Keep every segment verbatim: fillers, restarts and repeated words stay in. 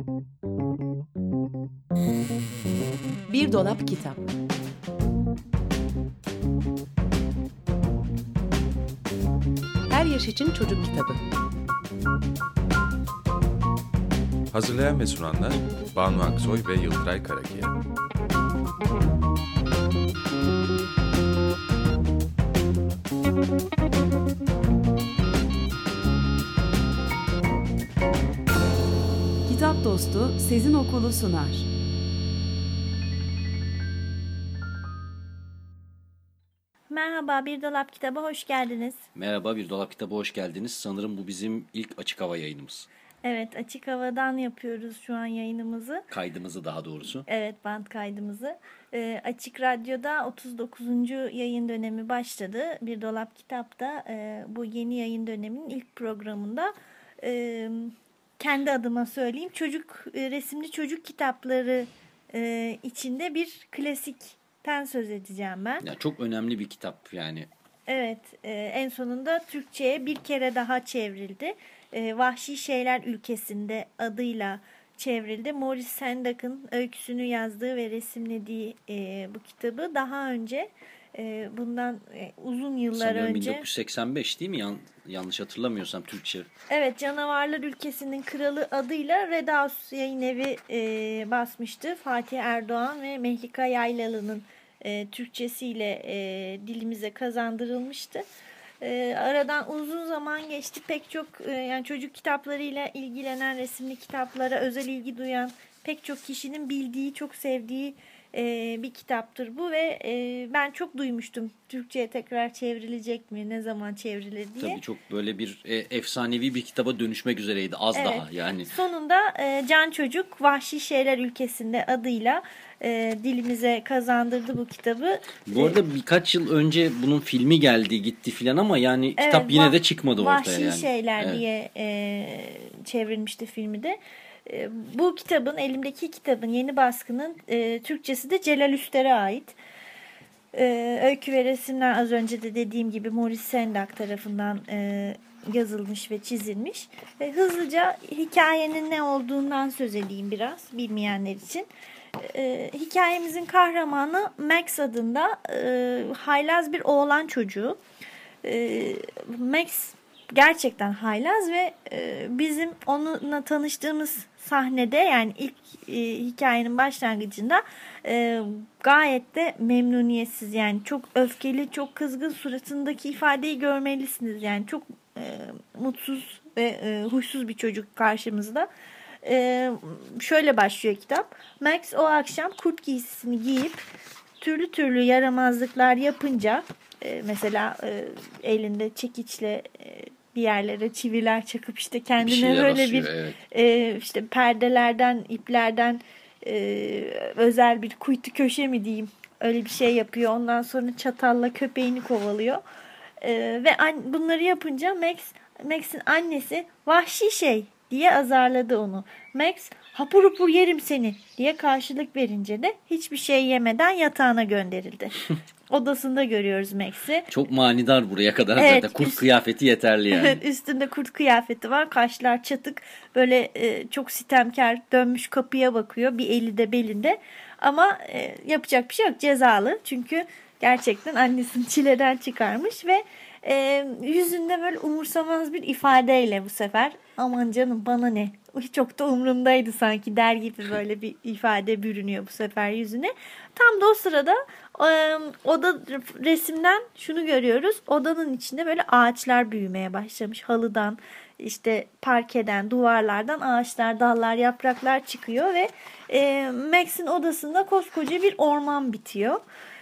Bir Dolap Kitap. Her yaş için çocuk kitabı. Hazırlayan ve sunanlar Banu Aksoy ve Yıldıray Karakiya. Kitap Dostu Sezin Okulu sunar. Merhaba, Bir Dolap Kitabı hoş geldiniz. Merhaba, Bir Dolap Kitabı hoş geldiniz. Sanırım bu bizim ilk açık hava yayınımız. Evet, açık havadan yapıyoruz şu an yayınımızı. Kaydımızı daha doğrusu. Evet, band kaydımızı. Ee, Açık Radyo'da otuz dokuzuncu yayın dönemi başladı. Bir Dolap Kitap'ta e, bu yeni yayın döneminin ilk programında e, kendi adıma söyleyeyim. Çocuk e, resimli çocuk kitapları e, içinde bir klasikten söz edeceğim ben. Yani çok önemli bir kitap yani. Evet, e, en sonunda Türkçe'ye bir kere daha çevrildi. E, Vahşi Şeyler Ülkesi'nde adıyla çevrildi. Maurice Sendak,'ın öyküsünü yazdığı ve resimlediği e, bu kitabı daha önce e, bundan e, uzun yıllar Sanıyorum önce. bin dokuz yüz seksen beş değil mi? Yan, yanlış hatırlamıyorsam Türkçe. Evet, Canavarlar Ülkesi'nin Kralı adıyla Red House Yayın Evi e, basmıştı. Fatih Erdoğan ve Mehlika Yaylalı'nın e, Türkçesiyle e, dilimize kazandırılmıştı. E, aradan uzun zaman geçti. Pek çok e, yani çocuk kitaplarıyla ilgilenen, resimli kitaplara özel ilgi duyan pek çok kişinin bildiği, çok sevdiği e, bir kitaptır bu ve e, ben çok duymuştum. Türkçe'ye tekrar çevrilecek mi, ne zaman çevrilir diye. Tabii çok böyle bir e, efsanevi bir kitaba dönüşmek üzereydi az Evet. daha yani. Sonunda e, Can Çocuk Vahşi Şeyler Ülkesi'nde adıyla e, dilimize kazandırdı bu kitabı. Bu arada birkaç yıl önce bunun filmi geldi gitti filan ama yani Evet, kitap yine vah- de çıkmadı ortaya yani. Vahşi Şeyler Evet. diye e, çevrilmişti filmi de. E, bu kitabın, elimdeki kitabın yeni baskının e, Türkçesi de Celal Üster'e ait. E, öykü ve resimler az önce de dediğim gibi Maurice Sendak tarafından e, yazılmış ve çizilmiş. E, hızlıca hikayenin ne olduğundan söz edeyim biraz bilmeyenler için. E, hikayemizin kahramanı Max adında e, haylaz bir oğlan çocuğu. E, Max gerçekten haylaz ve e, bizim onunla tanıştığımız sahnede, yani ilk e, hikayenin başlangıcında e, gayet de memnuniyetsiz, yani çok öfkeli, çok kızgın, suratındaki ifadeyi görmelisiniz. Yani çok e, mutsuz ve e, huysuz bir çocuk karşımızda. E, şöyle başlıyor kitap. Max o akşam kurt giysisini giyip türlü türlü yaramazlıklar yapınca, e, mesela e, elinde çekiçle e, bir yerlere çiviler çakıp işte kendine Bir böyle asıyor, bir evet. e, işte perdelerden, iplerden e, özel bir kuytu köşe mi diyeyim, öyle bir şey yapıyor. Ondan sonra çatalla köpeğini kovalıyor. E, ve an, bunları yapınca Max Max'in annesi vahşi şey diye azarladı onu. Max hapur hapur yerim seni diye karşılık verince de hiçbir şey yemeden yatağına gönderildi. Odasında görüyoruz Max'i. Çok manidar buraya kadar Evet, zaten. Kurt üst- kıyafeti yeterli yani. Üstünde kurt kıyafeti var. Kaşlar çatık. Böyle e, çok sitemkar dönmüş kapıya bakıyor. Bir eli de belinde. Ama e, yapacak bir şey yok. Cezalı. Çünkü gerçekten annesini çileden çıkarmış ve e, yüzünde böyle umursamaz bir ifadeyle bu sefer aman canım bana ne? Çok da umurumdaydı sanki der gibi böyle bir ifade bürünüyor bu sefer yüzüne. Tam da o sırada e, oda resimden şunu görüyoruz. Odanın içinde böyle ağaçlar büyümeye başlamış. Halıdan, işte parkeden, duvarlardan ağaçlar, dallar, yapraklar çıkıyor ve e, Max'in odasında koskoca bir orman bitiyor.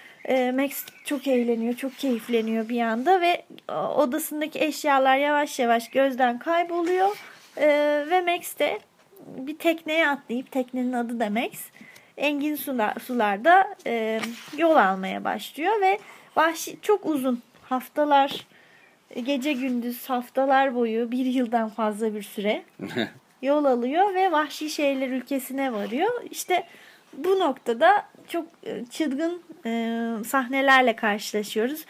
E, Max çok eğleniyor, çok keyifleniyor bir anda ve odasındaki eşyalar yavaş yavaş gözden kayboluyor. E, ve Max de bir tekneye atlayıp, teknenin adı da Max, engin sular, sularda e, yol almaya başlıyor ve vahşi, çok uzun haftalar, gece gündüz haftalar boyu, bir yıldan fazla bir süre yol alıyor ve Vahşi Şeyler Ülkesi'ne varıyor. İşte bu noktada çok çılgın e, sahnelerle karşılaşıyoruz.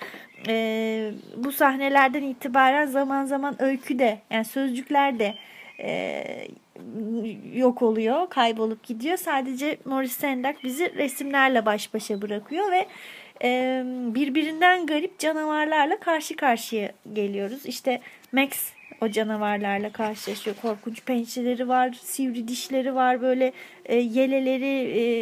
E, bu sahnelerden itibaren zaman zaman öyküde, yani sözcükler de e, yok oluyor, kaybolup gidiyor. Sadece Maurice Sendak bizi resimlerle baş başa bırakıyor ve e, birbirinden garip canavarlarla karşı karşıya geliyoruz. İşte Max o canavarlarla karşılaşıyor. Korkunç pençeleri var, sivri dişleri var, böyle e, yeleleri, e,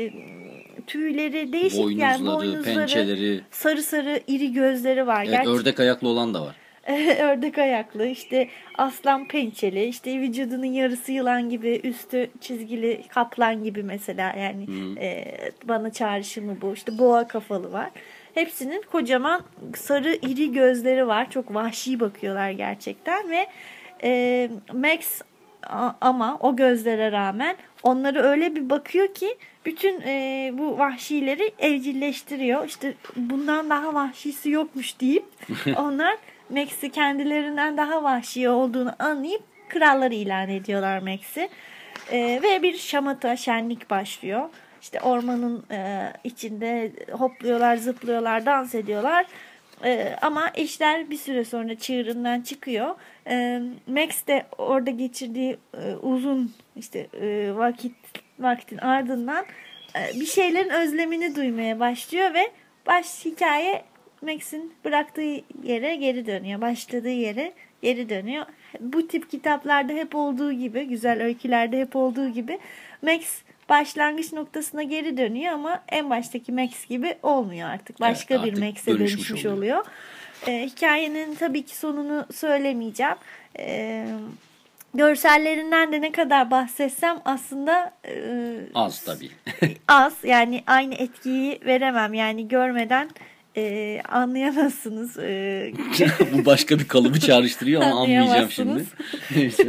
tüyleri değişik, boynuzları, yani boynuzları, pençeleri, sarı sarı iri gözleri var. Evet, Gerçi... ördek ayaklı olan da var. Ördek ayaklı, işte aslan pençeli, işte vücudunun yarısı yılan gibi, üstü çizgili kaplan gibi mesela, yani e, bana çağrışımı bu. İşte boğa kafalı var. Hepsinin kocaman sarı iri gözleri var. Çok vahşi bakıyorlar gerçekten ve e, Max ama o gözlere rağmen onları öyle bir bakıyor ki bütün e, bu vahşileri evcilleştiriyor. İşte bundan daha vahşisi yokmuş deyip onlar Max'i kendilerinden daha vahşi olduğunu anlayıp kralları ilan ediyorlar Max'i. E, ve bir şamata, şenlik başlıyor. İşte ormanın e, içinde hopluyorlar, zıplıyorlar, dans ediyorlar. E, ama işler bir süre sonra çığırından çıkıyor. E, Max de orada geçirdiği e, uzun işte e, vakit vaktin ardından e, bir şeylerin özlemini duymaya başlıyor ve baş hikaye Max'in bıraktığı yere geri dönüyor. Başladığı yere geri dönüyor. Bu tip kitaplarda hep olduğu gibi, güzel öykülerde hep olduğu gibi Max başlangıç noktasına geri dönüyor ama en baştaki Max gibi olmuyor artık. Başka evet, bir artık Max'e dönüşmüş oluyor. oluyor. Ee, hikayenin tabii ki sonunu söylemeyeceğim. Ee, görsellerinden de ne kadar bahsetsem aslında e, az tabii. az, yani aynı etkiyi veremem. Yani görmeden e, anlayamazsınız. E, Bu başka bir kalıbı çağrıştırıyor ama anlayacağım şimdi. Neyse.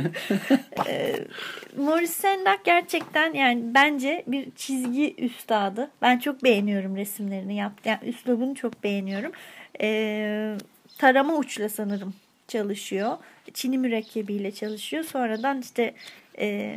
e, Maurice Sendak gerçekten, yani bence bir çizgi üstadı. Ben çok beğeniyorum resimlerini yaptı. Yani üslubunu çok beğeniyorum. E, tarama uçla sanırım çalışıyor. Çini mürekkebiyle çalışıyor. Sonradan işte e,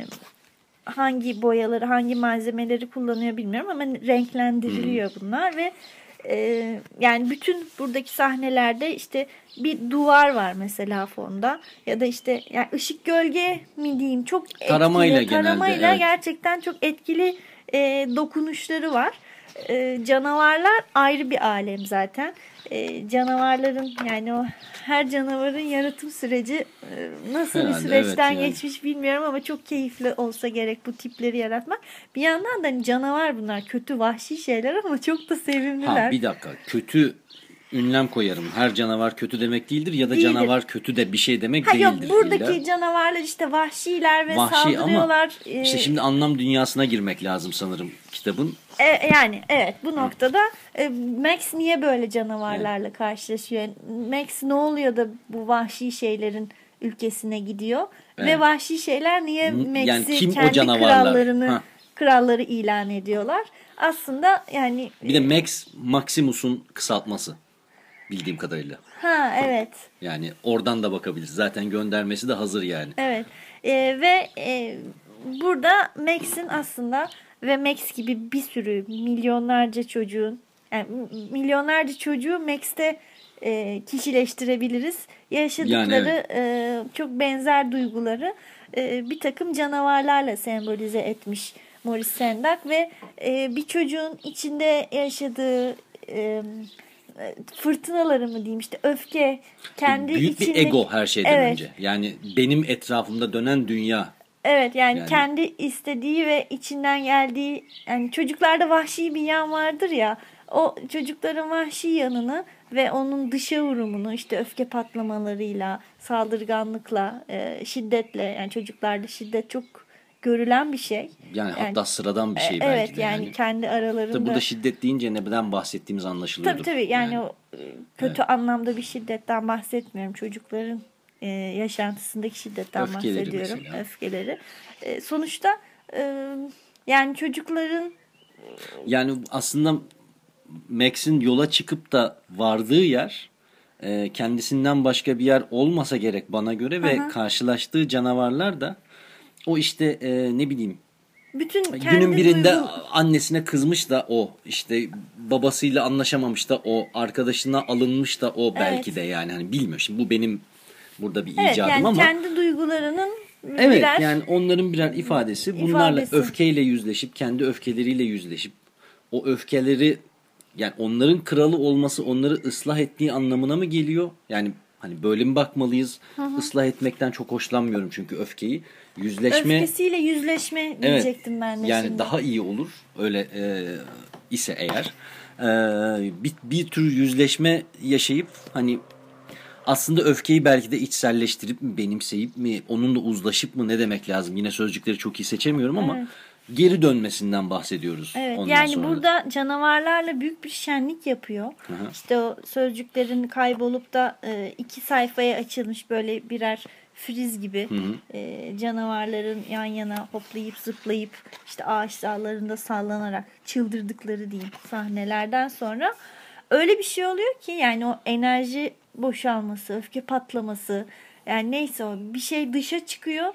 hangi boyaları, hangi malzemeleri kullanıyor bilmiyorum ama renklendiriliyor bunlar ve e, yani bütün buradaki sahnelerde işte bir duvar var mesela fonda ya da işte yani ışık gölge mi diyeyim, çok etkili, taramayla taramayla genelde, evet. Gerçekten çok etkili e, dokunuşları var. E, canavarlar ayrı bir alem zaten. E, canavarların, yani o her canavarın yaratım süreci e, nasıl Herhalde, bir süreçten evet yani. geçmiş bilmiyorum ama çok keyifli olsa gerek bu tipleri yaratmak. Bir yandan da hani canavar bunlar, kötü vahşi şeyler ama çok da sevimliler. Ha, bir dakika, kötü ünlem koyarım. Her canavar kötü demek değildir ya da Değildir. Canavar kötü de bir şey demek ha, değildir. Yok, buradaki illa. canavarlar işte vahşiler ve Vahşi saldırıyorlar. ama işte şimdi anlam dünyasına girmek lazım sanırım kitabın. E, yani evet, bu noktada e, Max niye böyle canavarlarla evet. karşılaşıyor? Max ne oluyor da bu vahşi şeylerin ülkesine gidiyor? Evet. Ve vahşi şeyler niye Max'i yani kendi krallarını ha. kralları ilan ediyorlar? Aslında yani bir de Max Maximus'un kısaltması bildiğim kadarıyla. Ha evet. Yani oradan da bakabiliriz. Zaten göndermesi de hazır yani. Evet. E, ve e, burada Max'in aslında ve Max gibi bir sürü milyonlarca çocuğun, yani milyonlarca çocuğu Max'te e, kişileştirebiliriz. Yaşadıkları yani evet. e, çok benzer duyguları e, bir takım canavarlarla sembolize etmiş Maurice Sendak ve e, bir çocuğun içinde yaşadığı e, fırtınaları mı diyeyim, işte öfke, kendi büyük içinde... bir ego her şeyden evet. önce. Yani benim etrafımda dönen dünya. Evet yani, yani kendi istediği ve içinden geldiği, yani çocuklarda vahşi bir yan vardır ya, o çocukların vahşi yanını ve onun dışa vurumunu işte öfke patlamalarıyla, saldırganlıkla, e, şiddetle, yani çocuklarda şiddet çok görülen bir şey. Yani, yani hatta sıradan bir şey e, belki evet, de. Yani, yani kendi aralarında. Tabii burada şiddet deyince neden bahsettiğimiz anlaşılıyor. Tabii tabii yani, yani o kötü evet. anlamda bir şiddetten bahsetmiyorum. Çocukların e, yaşantısındaki şiddetten öfkeleri bahsediyorum. Mesela. Öfkeleri. E, sonuçta e, yani çocukların yani aslında Max'in yola çıkıp da vardığı yer e, kendisinden başka bir yer olmasa gerek bana göre ve Aha. karşılaştığı canavarlar da o işte e, ne bileyim bütün günün birinde duygu... annesine kızmış da o, işte babasıyla anlaşamamış da o, arkadaşına alınmış da o belki evet. de yani hani bilmiyorum. Şimdi bu benim burada bir evet, icadım yani ama kendi duygularının Evet birer yani onların birer ifadesi. Bunlarla ifadesi. öfkeyle yüzleşip, kendi öfkeleriyle yüzleşip, o öfkeleri, yani onların kralı olması onları ıslah ettiği anlamına mı geliyor? Yani hani böyle mi bakmalıyız? Hı hı. Islah etmekten çok hoşlanmıyorum çünkü öfkeyi. Yüzleşme, öfkesiyle yüzleşme diyecektim evet, ben de yani şimdi. daha iyi olur öyle e, ise eğer. E, bir, bir tür yüzleşme yaşayıp hani aslında öfkeyi belki de içselleştirip mi, benimseyip mi, onunla uzlaşıp mı, ne demek lazım? Yine sözcükleri çok iyi seçemiyorum ama evet, geri dönmesinden bahsediyoruz. Evet, ondan yani sonra burada canavarlarla büyük bir şenlik yapıyor. Hı hı. İşte o sözcüklerin kaybolup da e, iki sayfaya açılmış böyle birer friz gibi, hı hı, e, canavarların yan yana hoplayıp zıplayıp işte ağaç dallarında sallanarak çıldırdıkları diyeyim sahnelerden sonra öyle bir şey oluyor ki yani o enerji boşalması, öfke patlaması, yani neyse o bir şey dışa çıkıyor.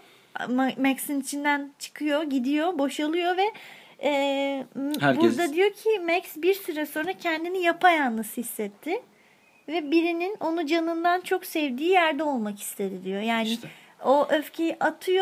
Max'in içinden çıkıyor, gidiyor, boşalıyor ve e, Herkes... burada diyor ki Max bir süre sonra kendini yapayalnız hissetti ve birinin onu canından çok sevdiği yerde olmak istedi diyor. Yani işte o öfkeyi atıyor,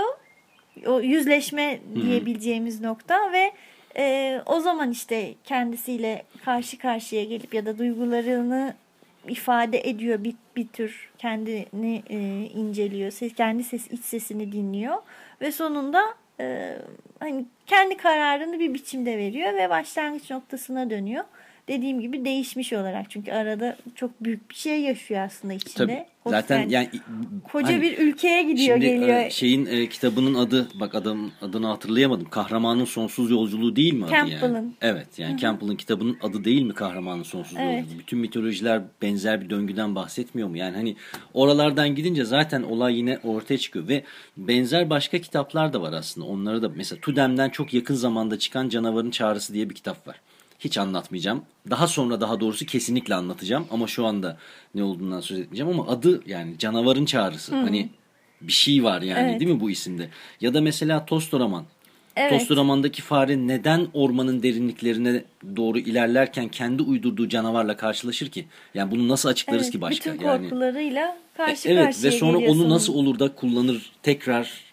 o yüzleşme diyebileceğimiz hmm. nokta ve e, o zaman işte kendisiyle karşı karşıya gelip ya da duygularını ifade ediyor, bir, bir tür kendini e, inceliyor, ses, kendi ses, iç sesini dinliyor ve sonunda e, hani kendi kararını bir biçimde veriyor ve başlangıç noktasına dönüyor. Dediğim gibi değişmiş olarak, çünkü arada çok büyük bir şey yaşıyor aslında içinde. Tabii. Zaten yani, yani koca hani, bir ülkeye gidiyor, şimdi, geliyor. Şeyin e, kitabının adı, bak adam adını hatırlayamadım. Kahramanın Sonsuz Yolculuğu değil mi adı Campbell'ın. yani? Evet yani Hı-hı. Campbell'ın kitabının adı değil mi Kahramanın Sonsuz evet. Yolculuğu? Bütün mitolojiler benzer bir döngüden bahsetmiyor mu? Yani hani oralardan gidince zaten olay yine ortaya çıkıyor ve benzer başka kitaplar da var aslında. Onları da mesela Tudem'den çok yakın zamanda çıkan Canavarın Çağrısı diye bir kitap var. Hiç anlatmayacağım. Daha sonra daha doğrusu kesinlikle anlatacağım. Ama şu anda ne olduğundan söz etmeyeceğim. Ama adı yani Canavarın Çağrısı. Hmm. Hani bir şey var yani evet. değil mi bu isimde? Ya da mesela Tostoraman. Evet. Tostoraman'daki fare neden ormanın derinliklerine doğru ilerlerken kendi uydurduğu canavarla karşılaşır ki? Yani bunu nasıl açıklarız evet, ki başka? Bütün korkularıyla yani, karşı evet, karşıya ve sonra geliyorsun. onu nasıl olur da kullanır tekrar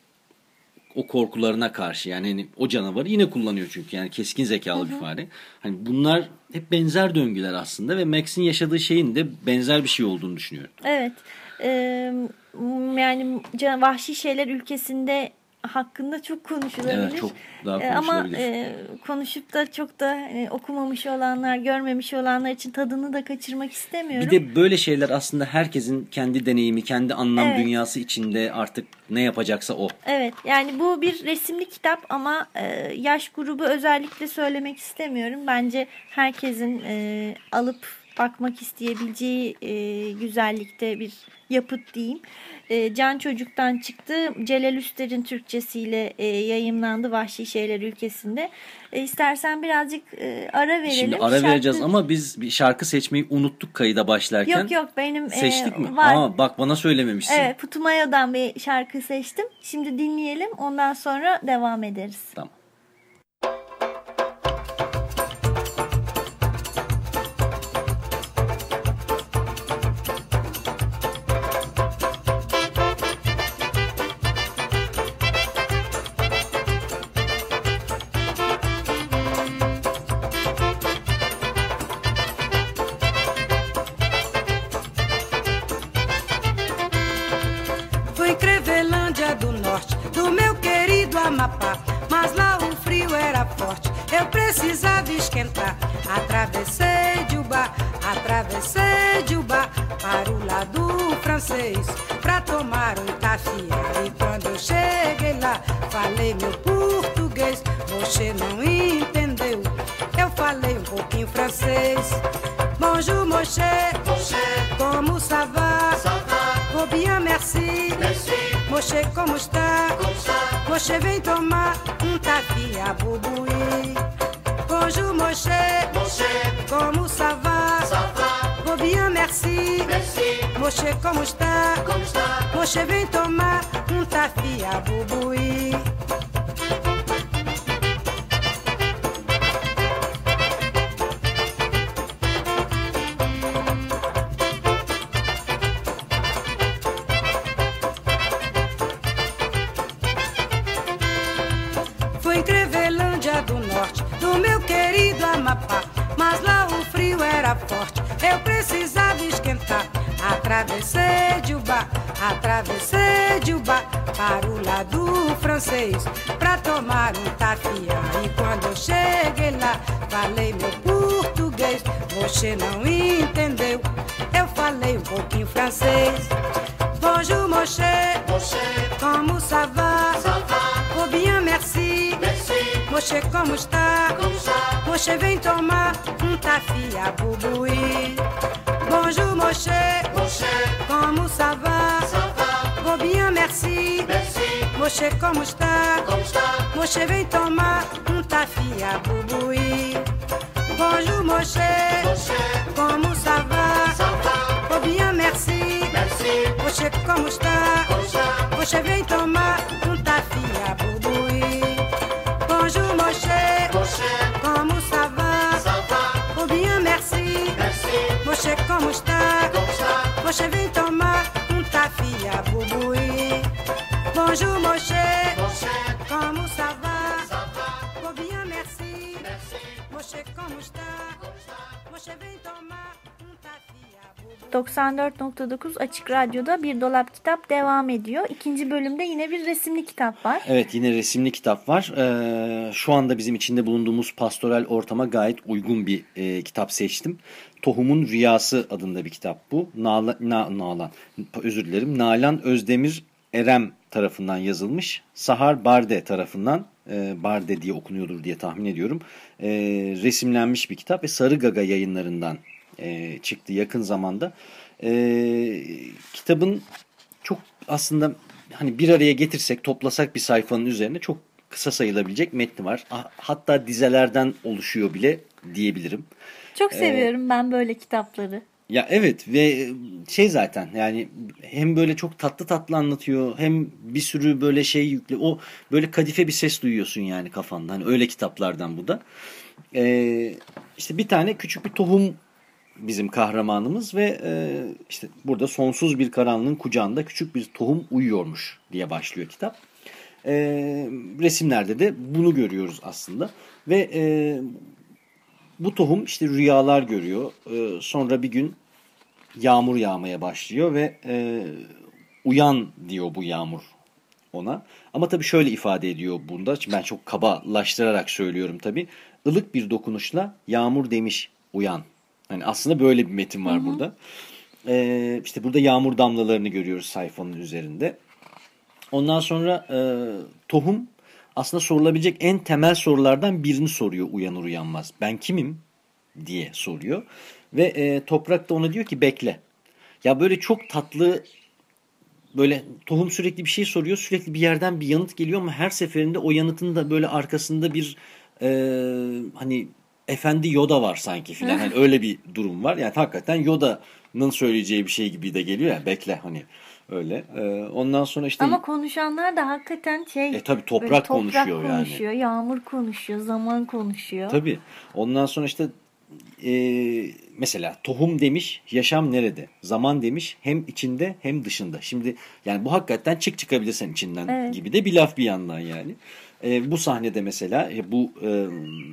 o korkularına karşı, yani hani o canavarı yine kullanıyor çünkü yani keskin zekalı hı hı. bir fare. Hani bunlar hep benzer döngüler aslında ve Max'in yaşadığı şeyin de benzer bir şey olduğunu düşünüyorum. Evet. Ee, yani Vahşi Şeyler ülkesinde hakkında çok konuşulabilir. Evet, çok daha konuşulabilir. Ama e, konuşup da çok da e, okumamış olanlar, görmemiş olanlar için tadını da kaçırmak istemiyorum. Bir de böyle şeyler aslında herkesin kendi deneyimi, kendi anlam evet. dünyası içinde artık ne yapacaksa o. Evet, yani bu bir resimli kitap ama e, yaş grubu özellikle söylemek istemiyorum. Bence herkesin e, alıp bakmak isteyebileceği e, güzellikte bir yapıt diyeyim. E, Can Çocuk'tan çıktı. Celal Üster'in Türkçesiyle e, yayımlandı Vahşi Şeyler ülkesinde. E, istersen birazcık e, ara verelim. Şimdi ara şarkı... vereceğiz ama biz bir şarkı seçmeyi unuttuk kayıda başlarken. Yok yok benim seçtik e, mi? Var. Aa, bak bana söylememişsin. Evet, Putumayo'dan bir şarkı seçtim. Şimdi dinleyelim, ondan sonra devam ederiz. Tamam. Precisava esquentar. Atravessei de Uba, atravessei de Uba para o lado francês pra tomar um café. E quando eu cheguei lá, falei meu português. Você não entendeu? Eu falei um pouquinho francês. Bonjour, Moché, como ça va? Oh bien, merci. Moché, como está? Moché, vem tomar um café a bubuí. Bonjour Moché, como ça va? Ça va. Oh bien, merci. Merci. Moché, como está? Como está? Moché, vem tomar um café a bubuí. Amapá. Mas lá o frio era forte, eu precisava esquentar. Atravessei de Ubá, atravessei de Ubá para o lado francês, pra tomar um tafiá. E quando eu cheguei lá, falei meu português. Você não entendeu, eu falei um pouquinho francês. Bonjour, mon cher, como ça va? Oh bien, merci, mon cher, como está? Mon cher, vem tomar um tafiá bubuí. Bonjour, mon cher, como ça va? Oh bien, merci, mon cher, como está? Mon cher, vem tomar um tafiá bubuí. Bonjour, mon cher, como ça va? Oh bien, merci, mon cher, como está? Mon cher, vem tomar um tafiá bubuí. Bonjour, mon cher, como ça va? Oh bien, merci, mon cher, como está? Mon cher, vem tomar um tafiá bubuí. Bonjour, mon cher, como ça va? Oh bien, merci, mon cher, como está? Mon cher, vem tomar um tafiá bubuí. doksan dört nokta dokuz Açık Radyo'da Bir Dolap Kitap devam ediyor. İkinci bölümde yine bir resimli kitap var. Evet, yine resimli kitap var. Ee, şu anda bizim içinde bulunduğumuz pastoral ortama gayet uygun bir e, kitap seçtim. Tohum'un Rüyası adında bir kitap bu. Nalan, na, Nalan, özür dilerim. Nalan Özdemir Erem tarafından yazılmış. Sahar Barde tarafından, e, Barde diye okunuyordur diye tahmin ediyorum, e, resimlenmiş bir kitap ve Sarı Gaga yayınlarından e, çıktı yakın zamanda. E, kitabın çok aslında hani bir araya getirsek, toplasak bir sayfanın üzerine çok kısa sayılabilecek metni var. Hatta dizelerden oluşuyor bile diyebilirim. Çok seviyorum ee, ben böyle kitapları. Ya evet, ve şey zaten yani hem böyle çok tatlı tatlı anlatıyor, hem bir sürü böyle şey yüklü. O böyle kadife bir ses duyuyorsun yani kafanda. Hani öyle kitaplardan bu da. Ee, işte bir tane küçük bir tohum bizim kahramanımız ve e, işte burada sonsuz bir karanlığın kucağında küçük bir tohum uyuyormuş diye başlıyor kitap. E, resimlerde de bunu görüyoruz aslında ve e, bu tohum işte rüyalar görüyor. E, sonra bir gün yağmur yağmaya başlıyor ve e, uyan diyor bu yağmur ona. Ama tabii şöyle ifade ediyor bunda. Ben çok kabalaştırarak söylüyorum tabii. Ilık bir dokunuşla yağmur demiş uyan. Yani aslında böyle bir metin var, hı hı, burada. Ee, işte burada yağmur damlalarını görüyoruz sayfanın üzerinde. Ondan sonra e, tohum aslında sorulabilecek en temel sorulardan birini soruyor uyanır uyanmaz. Ben kimim diye soruyor. Ve e, toprak da ona diyor ki bekle. Ya böyle çok tatlı, böyle tohum sürekli bir şey soruyor. Sürekli bir yerden bir yanıt geliyor ama her seferinde o yanıtın da böyle arkasında bir e, hani Efendi Yoda var sanki filan. Hani öyle bir durum var. Yani hakikaten Yoda'nın söyleyeceği bir şey gibi de geliyor ya. Bekle hani öyle. Ee, ondan sonra işte. Ama konuşanlar da hakikaten şey. E tabii toprak, toprak konuşuyor, konuşuyor yani. Yağmur konuşuyor. Zaman konuşuyor. Tabii. Ondan sonra işte e, mesela tohum demiş yaşam nerede? Zaman demiş hem içinde hem dışında. Şimdi yani bu hakikaten çık çıkabilirsen içinden, evet, gibi de bir laf bir yandan yani. E, bu sahnede mesela bu e,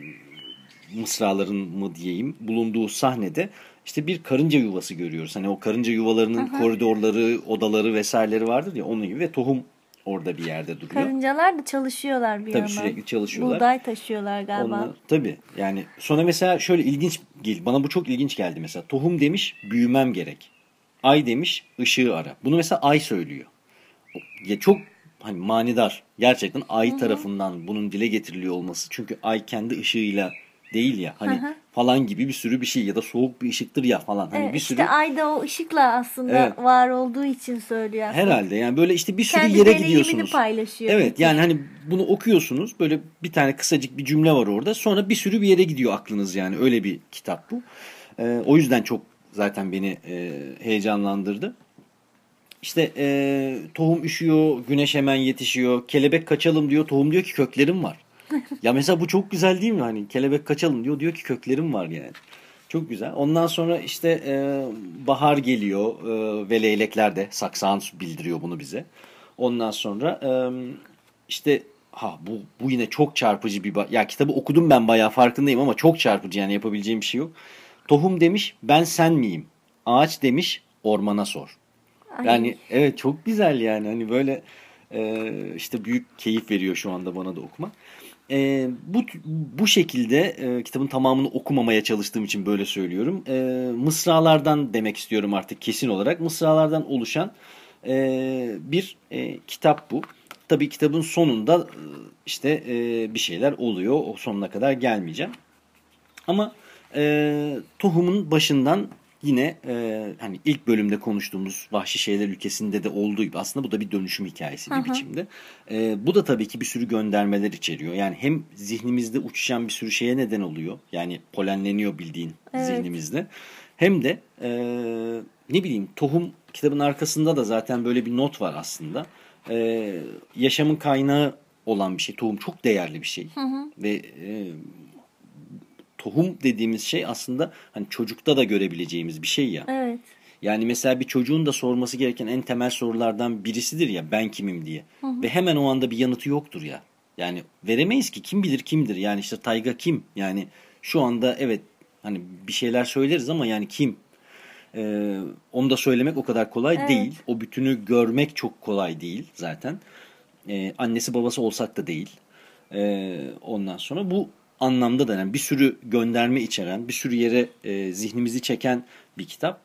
mısraların mı diyeyim bulunduğu sahnede işte bir karınca yuvası görüyoruz. Hani o karınca yuvalarının, aha, koridorları, odaları vesaireleri vardır ya, onun gibi ve tohum orada bir yerde duruyor. Karıncalar da çalışıyorlar bir tabii yandan. Sürekli çalışıyorlar. Buğday taşıyorlar galiba. Onlar, tabii yani sonra mesela şöyle ilginç geldi. Bana bu çok ilginç geldi mesela. Tohum demiş büyümem gerek. Ay demiş ışığı ara. Bunu mesela ay söylüyor. Ya çok hani manidar. Gerçekten ay, hı hı, tarafından bunun dile getiriliyor olması. Çünkü ay kendi ışığıyla değil ya hani, hı hı, falan gibi bir sürü bir şey ya da soğuk bir ışıktır ya falan. Hani evet, bir sürü. İşte ay da o ışıkla aslında, evet, var olduğu için söylüyor aslında. Herhalde yani böyle işte bir sürü kendi yere gidiyorsunuz. Kendi deneyimini paylaşıyor. Evet peki. Yani hani bunu okuyorsunuz, böyle bir tane kısacık bir cümle var orada, sonra bir sürü bir yere gidiyor aklınız, yani öyle bir kitap bu. Ee, o yüzden çok zaten beni e, heyecanlandırdı. İşte e, tohum üşüyor, güneş hemen yetişiyor, kelebek kaçalım diyor, tohum diyor ki köklerim var. Ya mesela bu çok güzel değil mi? Hani kelebek kaçalım diyor, diyor ki köklerim var yani. Çok güzel. Ondan sonra işte e, bahar geliyor e, ve leylekler de, saksağın bildiriyor bunu bize. Ondan sonra e, işte ha bu bu yine çok çarpıcı bir ba- ya kitabı okudum ben bayağı farkındayım ama çok çarpıcı yani yapabileceğim bir şey yok. Tohum demiş ben sen miyim? Ağaç demiş ormana sor. Ay. Yani evet çok güzel yani hani böyle e, işte büyük keyif veriyor şu anda bana da okumak. E, bu bu şekilde e, kitabın tamamını okumamaya çalıştığım için böyle söylüyorum. E, mısralardan demek istiyorum artık kesin olarak. Mısralardan oluşan e, bir e, kitap bu. Tabii kitabın sonunda e, işte e, bir şeyler oluyor. O sonuna kadar gelmeyeceğim. Ama e, Tohum'un başından yine e, hani ilk bölümde konuştuğumuz Vahşi Şeyler Ülkesi'nde de olduğu gibi aslında bu da bir dönüşüm hikayesi bir Hı hı. biçimde. E, bu da tabii ki bir sürü göndermeler içeriyor. Yani hem zihnimizde uçuşan bir sürü şeye neden oluyor. Yani polenleniyor bildiğin Evet. zihnimizde. Hem de e, ne bileyim Tohum kitabın arkasında da zaten böyle bir not var aslında. E, yaşamın kaynağı olan bir şey. Tohum çok değerli bir şey. Hı hı. Ve e, tohum dediğimiz şey aslında hani çocukta da görebileceğimiz bir şey ya. Evet. Yani mesela bir çocuğun da sorması gereken en temel sorulardan birisidir ya ben kimim diye. Ve hemen o anda bir yanıtı yoktur ya. Yani veremeyiz ki kim bilir kimdir. Yani işte Tayga kim? Yani şu anda evet hani bir şeyler söyleriz ama yani kim? Ee, onu da söylemek o kadar kolay Evet. değil. O bütünü görmek çok kolay değil zaten. Ee, annesi babası olsak da değil. Ee, ondan sonra bu anlamda da yani bir sürü gönderme içeren, bir sürü yere e, zihnimizi çeken bir kitap.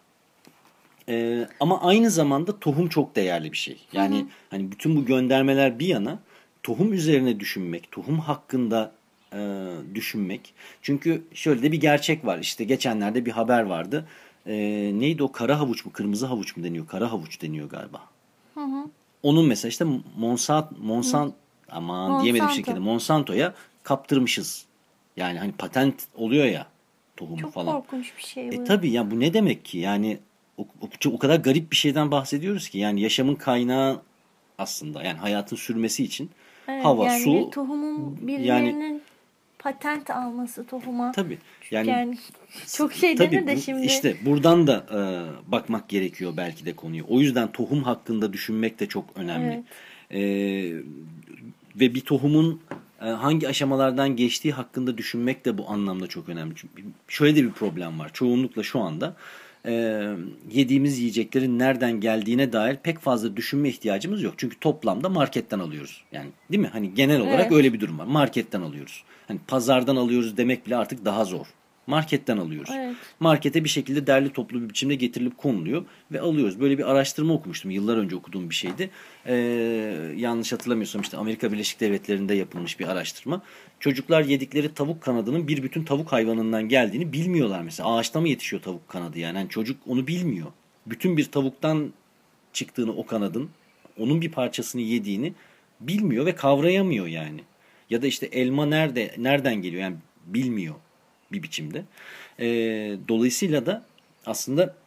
Ee, ama aynı zamanda tohum çok değerli bir şey. Yani Hı hı. hani bütün bu göndermeler bir yana tohum üzerine düşünmek, tohum hakkında e, düşünmek. Çünkü şöyle de bir gerçek var. İşte geçenlerde bir haber vardı. E, neydi o kara havuç mu, kırmızı havuç mu deniyor? Kara havuç deniyor galiba. Hı hı. Onun mesela işte Monsanto, Monsanto aman Monsanto. diyemedim şirketi Monsanto'ya kaptırmışız. Yani hani patent oluyor ya tohumu Çok falan. korkunç bir şey bu. E tabii ya bu ne demek ki? Yani o, o, o kadar garip bir şeyden bahsediyoruz ki. Yani yaşamın kaynağı aslında. Yani hayatın sürmesi için Evet, hava, yani su. bir tohumun birilerinin patent alması tohuma. Tabii. Yani, Yani çok şey tabii denir de bu- şimdi. işte buradan da e, bakmak gerekiyor belki de konuyu. O yüzden tohum hakkında düşünmek de çok önemli. Evet. E, ve bir tohumun e, hangi aşamalardan geçtiği hakkında düşünmek de bu anlamda çok önemli. Çünkü şöyle de bir problem var. Çoğunlukla şu anda e, yediğimiz yiyeceklerin nereden geldiğine dair pek fazla düşünme ihtiyacımız yok. Çünkü toplamda marketten alıyoruz. Yani değil mi? Hani genel olarak Evet. öyle bir durum var. Marketten alıyoruz. Hani pazardan alıyoruz demek bile artık daha zor. Marketten alıyoruz. Evet. Markete bir şekilde derli toplu bir biçimde getirilip konuluyor ve alıyoruz. Böyle bir araştırma okumuştum. Yıllar önce okuduğum bir şeydi. Ee, yanlış hatırlamıyorsam işte Amerika Birleşik Devletleri'nde yapılmış bir araştırma. Çocuklar yedikleri tavuk kanadının bir bütün tavuk hayvanından geldiğini bilmiyorlar mesela. Ağaçta mı yetişiyor tavuk kanadı yani? Yani çocuk onu bilmiyor. Bütün bir tavuktan çıktığını o kanadın, onun bir parçasını yediğini bilmiyor ve kavrayamıyor yani. Ya da işte elma nerede nereden geliyor yani bilmiyor bir biçimde. E, dolayısıyla da aslında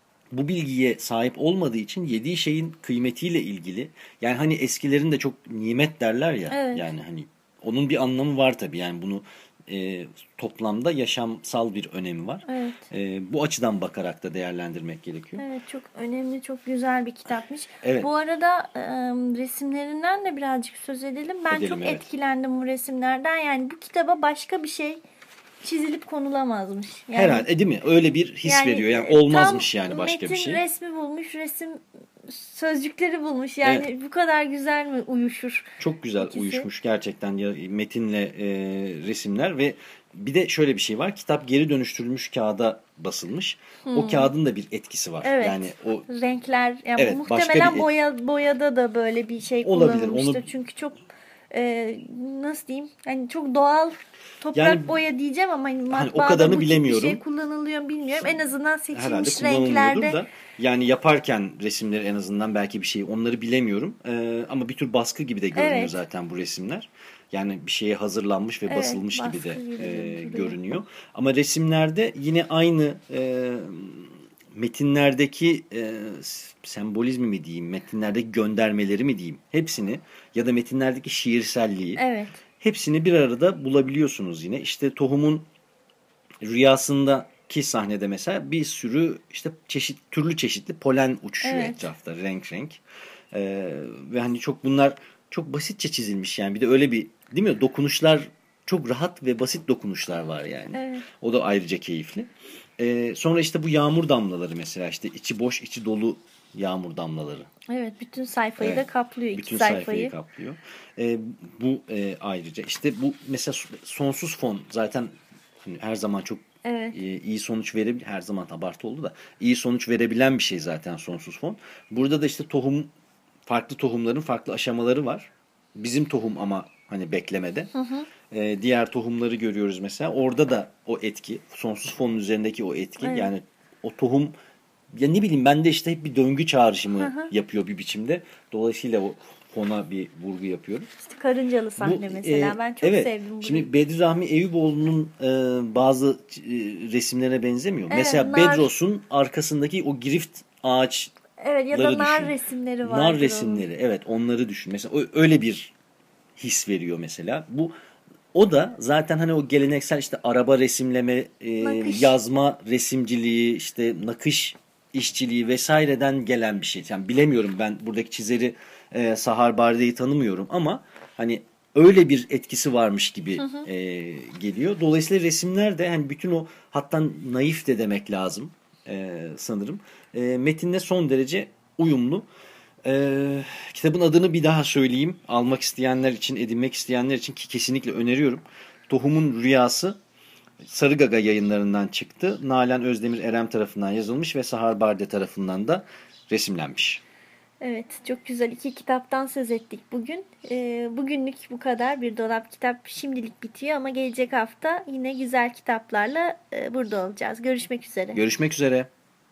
bu bilgiye sahip olmadığı için yediği şeyin kıymetiyle ilgili yani hani eskilerin de çok nimet derler ya Evet. yani hani onun bir anlamı var tabii yani bunu e, toplamda yaşamsal bir önemi var. Evet. E, bu açıdan bakarak da değerlendirmek gerekiyor. Evet, çok önemli, çok güzel bir kitapmış. Evet. Bu arada e, resimlerinden de birazcık söz edelim. Ben Edelim, çok evet. etkilendim bu resimlerden. Yani bu kitaba başka bir şey çizilip konulamazmış. Yani, Herhalde e, değil mi? Öyle bir his yani, veriyor. Yani e, olmazmış tam yani başka bir metin şey. resmi bulmuş, resim sözcükleri bulmuş. Yani Evet. bu kadar güzel mi uyuşur? Çok güzel İkisi. uyuşmuş gerçekten ya, metinle e, resimler ve bir de şöyle bir şey var. Kitap geri dönüştürülmüş kağıda basılmış. O kağıdın da bir etkisi var. Evet. Yani o Renkler yani Evet, muhtemelen başka bir- boya boyada da böyle bir şey Olabilir, kullanılmıştır. onu- Çünkü çok e, nasıl diyeyim? Yani çok doğal toprak Yani- boya diyeceğim ama hani o matbaada kadarını bu tip bilemiyorum. bir şey kullanılıyor mu bilmiyorum. En azından herhalde seçilmiş kullanılmıyordur renklerde. da yani yaparken resimleri en azından belki bir şey onları bilemiyorum. E, ama bir tür baskı gibi de görünüyor Evet. zaten bu resimler. Yani bir şeye hazırlanmış ve Evet, basılmış gibi baskı de gibi e, duruyor. görünüyor. Ama resimlerde yine aynı e, metinlerdeki e, sembolizmi mi diyeyim, metinlerdeki göndermeleri mi diyeyim, hepsini ya da metinlerdeki şiirselliği Evet. hepsini bir arada bulabiliyorsunuz yine. İşte Tohum'un rüyasındaki sahnede mesela bir sürü işte çeşit türlü çeşitli polen uçuşuyor Evet. etrafta renk renk. E, ve hani çok bunlar çok basitçe çizilmiş yani. Bir de öyle bir, değil mi? Dokunuşlar çok rahat ve basit dokunuşlar var yani. Evet. O da ayrıca keyifli. Ee, sonra işte bu yağmur damlaları mesela, işte içi boş içi dolu yağmur damlaları. Evet, bütün sayfayı Evet, da kaplıyor, iki bütün sayfayı. sayfayı kaplıyor. Ee, bu e, ayrıca işte bu mesela sonsuz fon zaten hani her zaman çok Evet. e, iyi sonuç verebilir. Her zaman abartı oldu da iyi sonuç verebilen bir şey zaten sonsuz fon. Burada da işte tohum, farklı tohumların farklı aşamaları var. Bizim tohum ama hani beklemede. Hı hı. Ee, diğer tohumları görüyoruz mesela. Orada da o etki, sonsuz fonun üzerindeki o etki. Evet. Yani o tohum, ya ne bileyim, bende işte hep bir döngü çağrışımı Hı hı. yapıyor bir biçimde. Dolayısıyla o fona bir vurgu yapıyorum. İşte karıncalı sahne Bu, mesela. e, Ben çok evet. sevdim bunu. Şimdi Bedri Rahmi Eyüboğlu'nun e, bazı e, resimlerine benzemiyor. Evet, Mesela nar- Bedros'un arkasındaki o girift ağaç, evet, ya da nar düşün. resimleri var. nar resimleri, evet, onları düşün. Mesela o- öyle bir his veriyor mesela. Bu o da zaten hani o geleneksel işte araba resimleme, e, Nakış. yazma resimciliği, işte nakış işçiliği vesaireden gelen bir şey. Yani bilemiyorum, ben buradaki çizeri e, Sahar Baride'yi tanımıyorum ama hani öyle bir etkisi varmış gibi e, geliyor. Dolayısıyla resimler de hani bütün o, hatta naif de demek lazım e, sanırım. E, metinle son derece uyumlu. Ee, kitabın adını bir daha söyleyeyim. Almak isteyenler için, edinmek isteyenler için ki kesinlikle öneriyorum. Tohumun Rüyası Sarı Gaga yayınlarından çıktı. Nalan Özdemir Erem tarafından yazılmış ve Sahar Barde tarafından da resimlenmiş. Evet, çok güzel iki kitaptan söz ettik bugün. Ee, bugünlük bu kadar. Bir Dolap Kitap şimdilik bitiyor ama gelecek hafta yine güzel kitaplarla e, burada olacağız. Görüşmek üzere. Görüşmek üzere.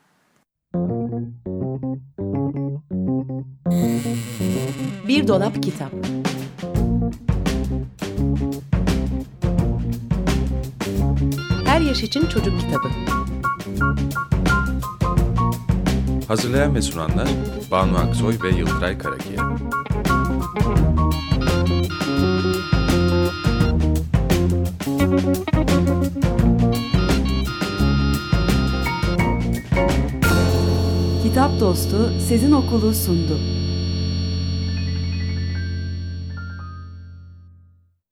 Bir Dolap Kitap. Her yaş için çocuk kitabı. Hazırlayan ve sunanlar Banu Aksoy ve Yıldıray Karakiya. Kitap Dostu Sezin Okulu sundu.